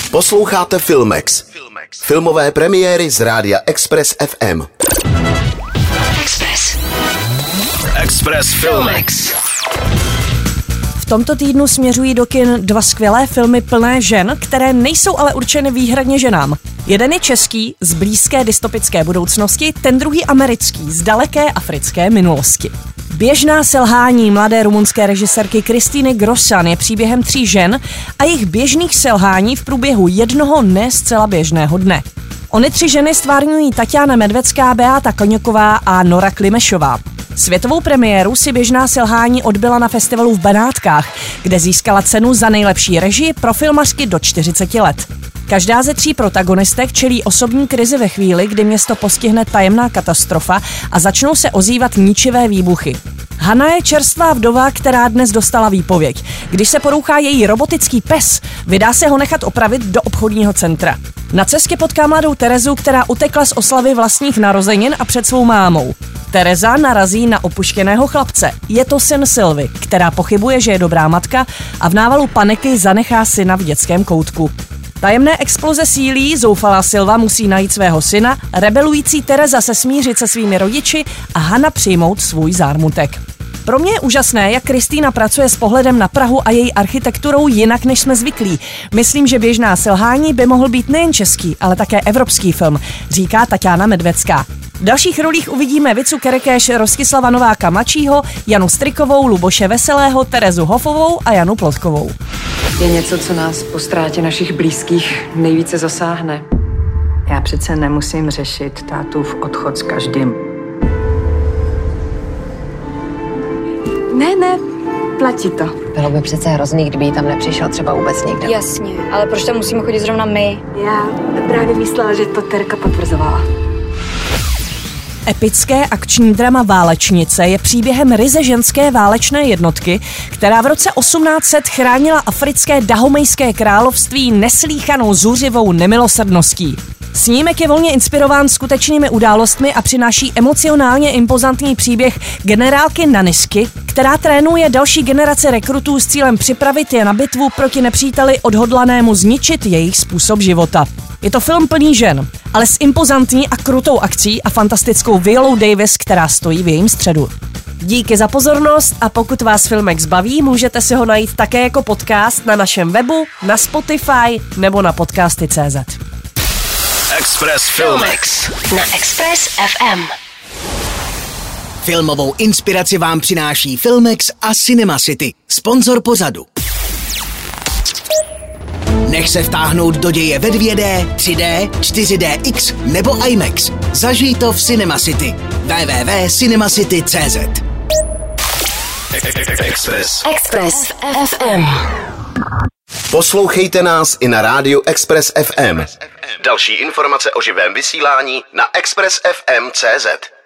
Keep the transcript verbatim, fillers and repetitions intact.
Posloucháte Filmex. Filmové premiéry z rádia Express F M. Express. Express Filmex. V tomto týdnu směřují do kin dva skvělé filmy plné žen, které nejsou ale určeny výhradně ženám. Jeden je český, z blízké dystopické budoucnosti, ten druhý americký, z daleké africké minulosti. Běžná selhání mladé rumunské režisérky Kristýny Grossan je příběhem tří žen a jejich běžných selhání v průběhu jednoho ne zcela běžného dne. Ony tři ženy stvárňují Tatiana Medvecká, Beáta Koněková a Nora Klimešová. Světovou premiéru si běžná selhání odbyla na festivalu v Benátkách, kde získala cenu za nejlepší režii pro filmařky do čtyřiceti let. Každá ze tří protagonistek čelí osobní krizi ve chvíli, kdy město postihne tajemná katastrofa a začnou se ozývat ničivé výbuchy. Hana je čerstvá vdova, která dnes dostala výpověď. Když se porouchá její robotický pes, vydá se ho nechat opravit do obchodního centra. Na cestě potká mladou Terezu, která utekla z oslavy vlastních narozenin a před svou mámou. Tereza narazí na opuštěného chlapce. Je to syn Sylvy, která pochybuje, že je dobrá matka a v návalu paniky zanechá syna v dětském koutku. Tajemné exploze sílí, zoufalá Sylva musí najít svého syna, rebelující Tereza se smířit se svými rodiči a Hana přijmout svůj zármutek. Pro mě je úžasné, jak Kristýna pracuje s pohledem na Prahu a její architekturou jinak, než jsme zvyklí. Myslím, že běžná selhání by mohl být nejen český, ale také evropský film, říká Tatiana Medvecká. V dalších rolích uvidíme Vicu Kerekeš, Rostislava Nováka mladšího, Janu Strikovou, Luboše Veselého, Terezu Hofovou a Janu Plotkovou. Je něco, co nás po ztrátě našich blízkých nejvíce zasáhne. Já přece nemusím řešit tátův odchod s každým. Ne, ne, platí to. Bylo by přece hrozný, kdyby jí tam nepřišel třeba vůbec nikdo. Jasně, ale proč tam musíme chodit zrovna my? Já právě myslela, že to Terka potvrzovala. Epické akční drama Válečnice je příběhem ryze ženské válečné jednotky, která v roce osmnáct set chránila africké dahomejské království neslýchanou zuřivou nemilosrdností. Snímek je volně inspirován skutečnými událostmi a přináší emocionálně impozantní příběh generálky Nanisky, která trénuje další generace rekrutů s cílem připravit je na bitvu proti nepříteli odhodlanému zničit jejich způsob života. Je to film plný žen, ale s impozantní a krutou akcí a fantastickou Violou Davis, která stojí v jejím středu. Díky za pozornost a pokud vás Filmex baví, můžete si ho najít také jako podcast na našem webu, na Spotify nebo na podcasty tečka cé zet. Express Filmex Na Express F M. Filmovou inspiraci vám přináší Filmex a Cinema City, sponzor pořadu. Nech se vtáhnout do děje ve dvě dé, tři dé, čtyři dé X nebo IMAX. Zažij to v Cinema City. w w w tečka cinemacity tečka cé zet. Express. Express F M. Poslouchejte nás i na rádiu Express F M. Další informace o živém vysílání na express f m tečka cé zet.